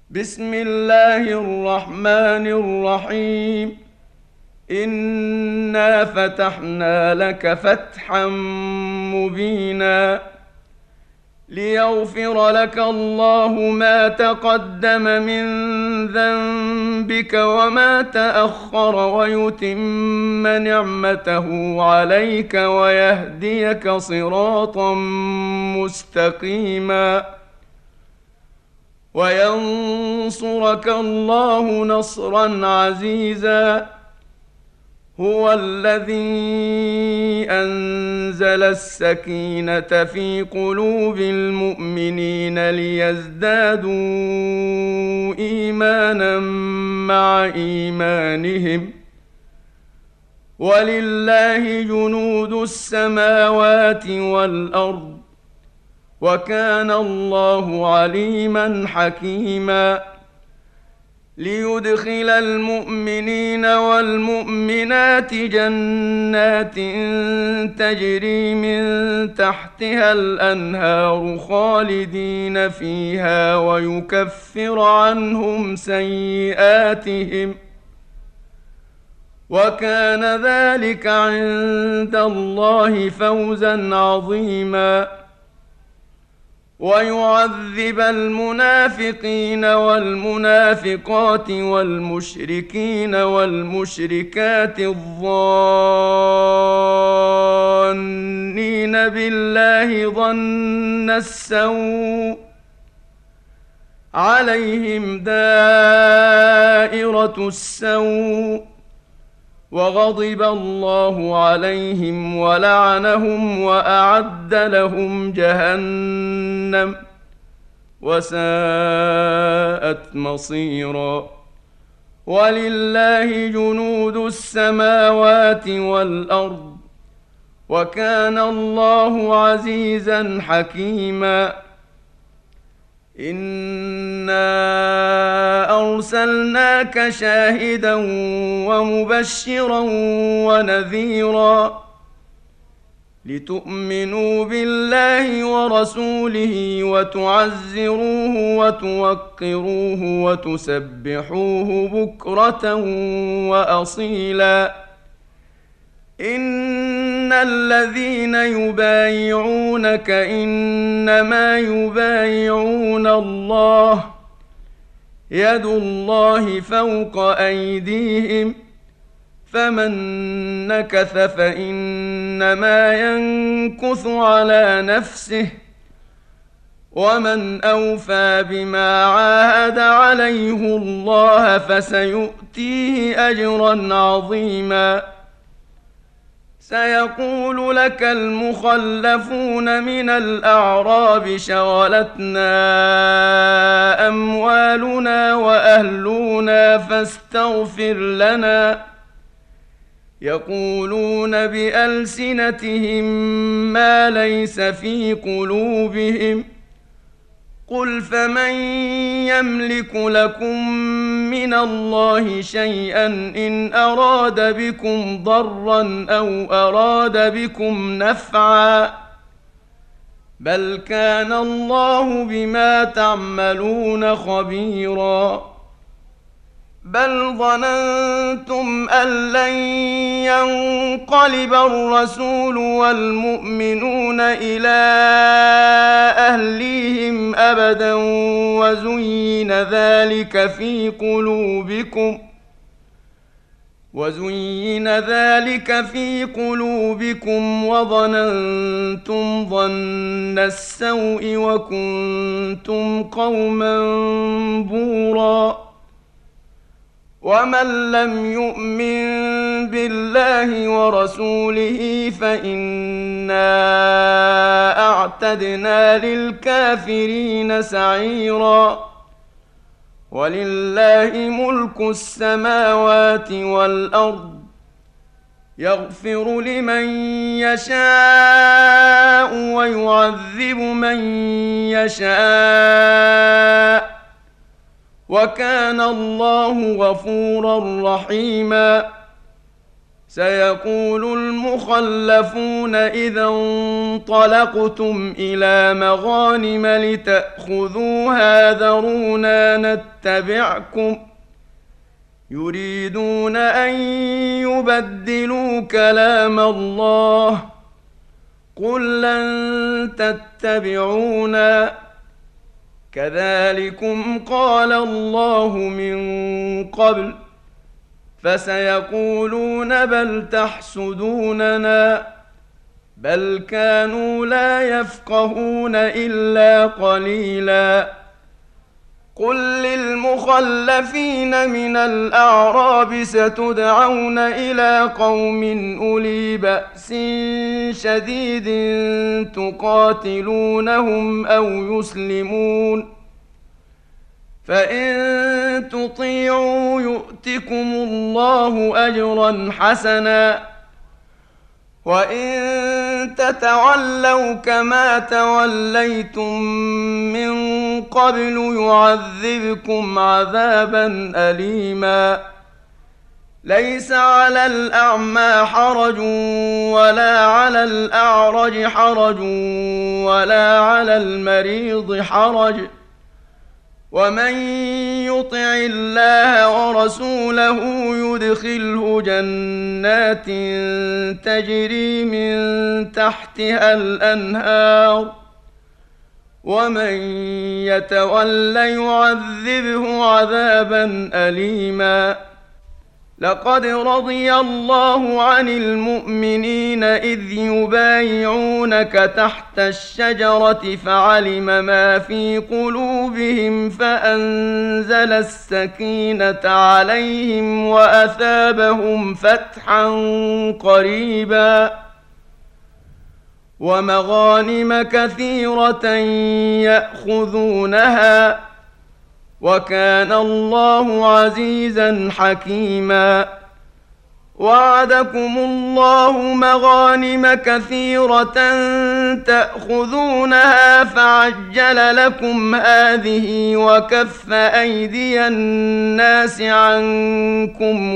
بسم الله الرحمن الرحيم. إنا فتحنا لك فتحا مبينا ليغفر لك الله ما تقدم من ذنبك وما تأخر ويتم نعمته عليك ويهديك صراطا مستقيما وينصرك الله نصرا عزيزا. هو الذي أنزل السكينة في قلوب المؤمنين ليزدادوا إيمانا مع إيمانهم ولله جنود السماوات والأرض وكان الله عليما حكيما. ليدخل المؤمنين والمؤمنات جنات تجري من تحتها الأنهار خالدين فيها ويكفر عنهم سيئاتهم وكان ذلك عند الله فوزا عظيما. ويعذب المنافقين والمنافقات والمشركين والمشركات الظانين بالله ظن السوء عليهم دائرة السوء وغضب الله عليهم ولعنهم وأعد لهم جهنم وساءت مصيرا. ولله جنود السماوات والأرض وكان الله عزيزا حكيما. إنا أرسلناك شاهدا ومبشرا ونذيرا لتؤمنوا بالله ورسوله وتعزروه وتوقروه وتسبحوه بكرة وأصيلا. إن الذين يبايعونك إنما يبايعون الله يد الله فوق أيديهم فمن نكث فإنما ينكث على نفسه ومن أوفى بما عاهد عليه الله فسيؤتيه أجرا عظيما. سيقول لك المخلفون من الأعراب شغلتنا أموالنا وأهلنا فاستغفر لنا يقولون بألسنتهم ما ليس في قلوبهم قل فمن يملك لكم من الله شيئا إن أراد بكم ضرا أو أراد بكم نفعا بل كان الله بما تعملون خبيرا. بل ظننتم أن لن ينقلب الرسول والمؤمنون إلى أهليهم أبدا وزين ذلك في قلوبكم وظننتم ظن السوء وكنتم قوما بورا. ومن لم يؤمن بالله ورسوله فإنا أعتدنا للكافرين سعيرا. ولله ملك السماوات والأرض يغفر لمن يشاء ويعذب من يشاء وكان الله غفورا رحيما. سيقول المخلفون إذا انطلقتم إلى مغانم لتأخذوها ذرونا نتبعكم يريدون أن يبدلوا كلام الله قل لن تتبعونا كذلكم قال الله من قبل فسيقولون بل تحسدوننا بل كانوا لا يفقهون إلا قليلا قل للمخلفين من الأعراب ستدعون إلى قوم أولي بأس شديد تقاتلونهم أو يسلمون فإن تطيعوا يؤتكم الله أجرا حسنا وإن تتولوا كما توليتم من قبل يعذبكم عذابا أليما ليس على الأعمى حرج ولا على الأعرج حرج ولا على المريض حرج ومن يطع الله ورسوله يدخله جنات تجري من تحتها الأنهار ومن يتول يعذبه عذابا أليما لقد رضي الله عن المؤمنين إذ يبايعونك تحت الشجرة فعلم ما في قلوبهم فأنزل السكينة عليهم وأثابهم فتحا قريبا ومغانم كثيرة يأخذونها وكان الله عزيزا حكيما وعدكم الله مغانم كثيرة تأخذونها فعجل لكم هذه وكف أيدي الناس عنكم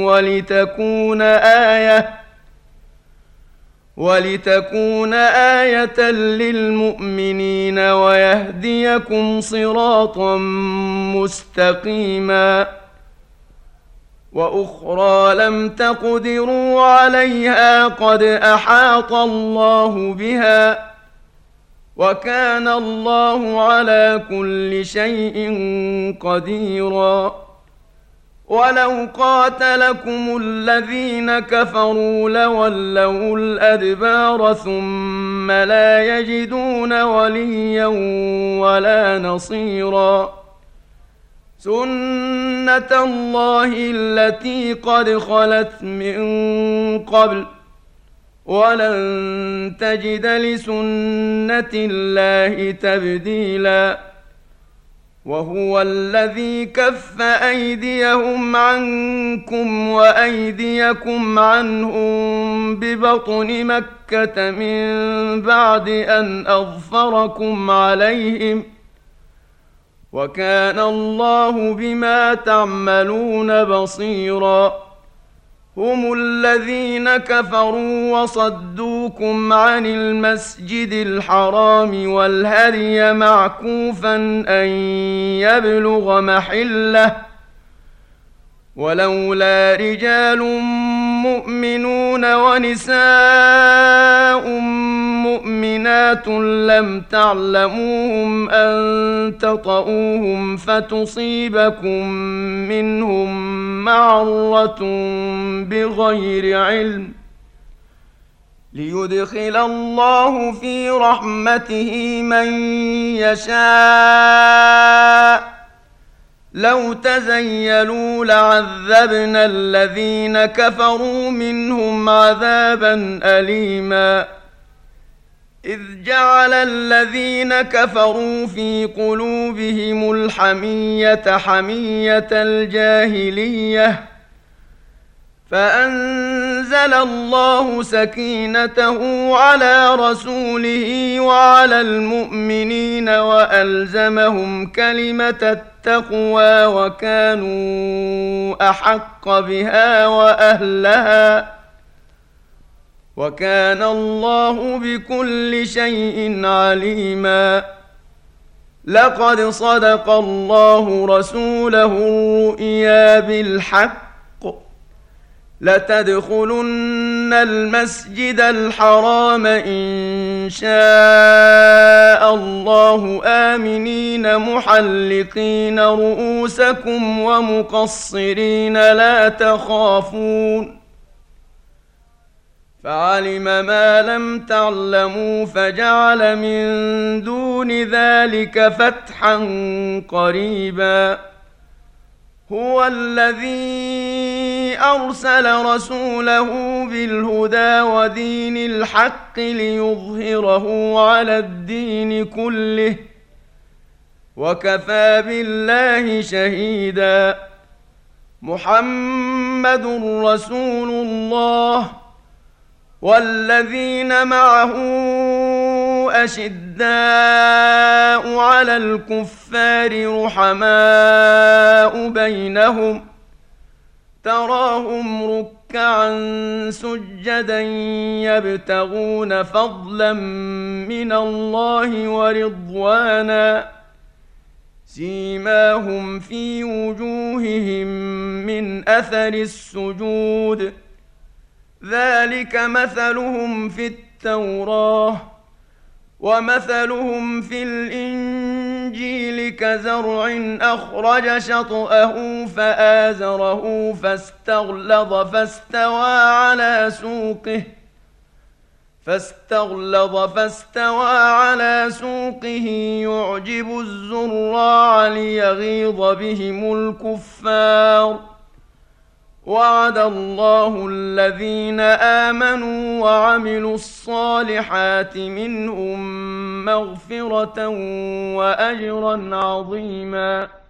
ولتكون آية للمؤمنين ويهديكم صراطا مستقيما وأخرى لم تقدروا عليها قد أحاط الله بها وكان الله على كل شيء قديرا ولو قاتلكم الذين كفروا لولوا الأدبار ثم لا يجدون وليا ولا نصيرا سنة الله التي قد خلت من قبل ولن تجد لسنة الله تبديلا وهو الذي كف أيديهم عنكم وأيديكم عنهم ببطن مكة من بعد أن أظفركم عليهم وكان الله بما تعملون بصيرا هم الذين كفروا وصدوكم عن المسجد الحرام والهدي معكوفا أن يبلغ محله ولولا رجال مؤمنون ونساء مؤمنات لم تعلموهم أن تطؤوهم فتصيبكم منهم معرة بغير علم ليدخل الله في رحمته من يشاء لو تزيلوا لعذبنا الذين كفروا منهم عذابا أليما إذ جعل الذين كفروا في قلوبهم الحمية حمية الجاهلية فأنزل الله سكينته على رسوله وعلى المؤمنين وألزمهم كلمة التقوى وكانوا أحق بها وأهلها وكان الله بكل شيء عليما. لقد صدق الله رسوله الرؤيا بالحق لتدخلن المسجد الحرام إن شاء الله آمنين محلقين رؤوسكم ومقصرين لا تخافون فعلم ما لم تعلموا فجعل من دون ذلك فتحا قريبا. هو الذي أرسل رسوله بالهدى ودين الحق ليظهره على الدين كله وكفى بالله شهيدا. محمد رسول الله والذين معه أشداء على الكفار رحماء بينهم تراهم ركعا سجدا يبتغون فضلا من الله ورضوانا سيماهم في وجوههم من أثر السجود ذلك مثلهم في التوراة ومثلهم في الإنجيل كزرع أخرج شطأه فآزره فاستغلظ فاستوى على سوقه يعجب الزراع ليغيظ بهم الكفار. وعد الله الذين آمنوا وعملوا الصالحات منهم مغفرة وأجرا عظيما.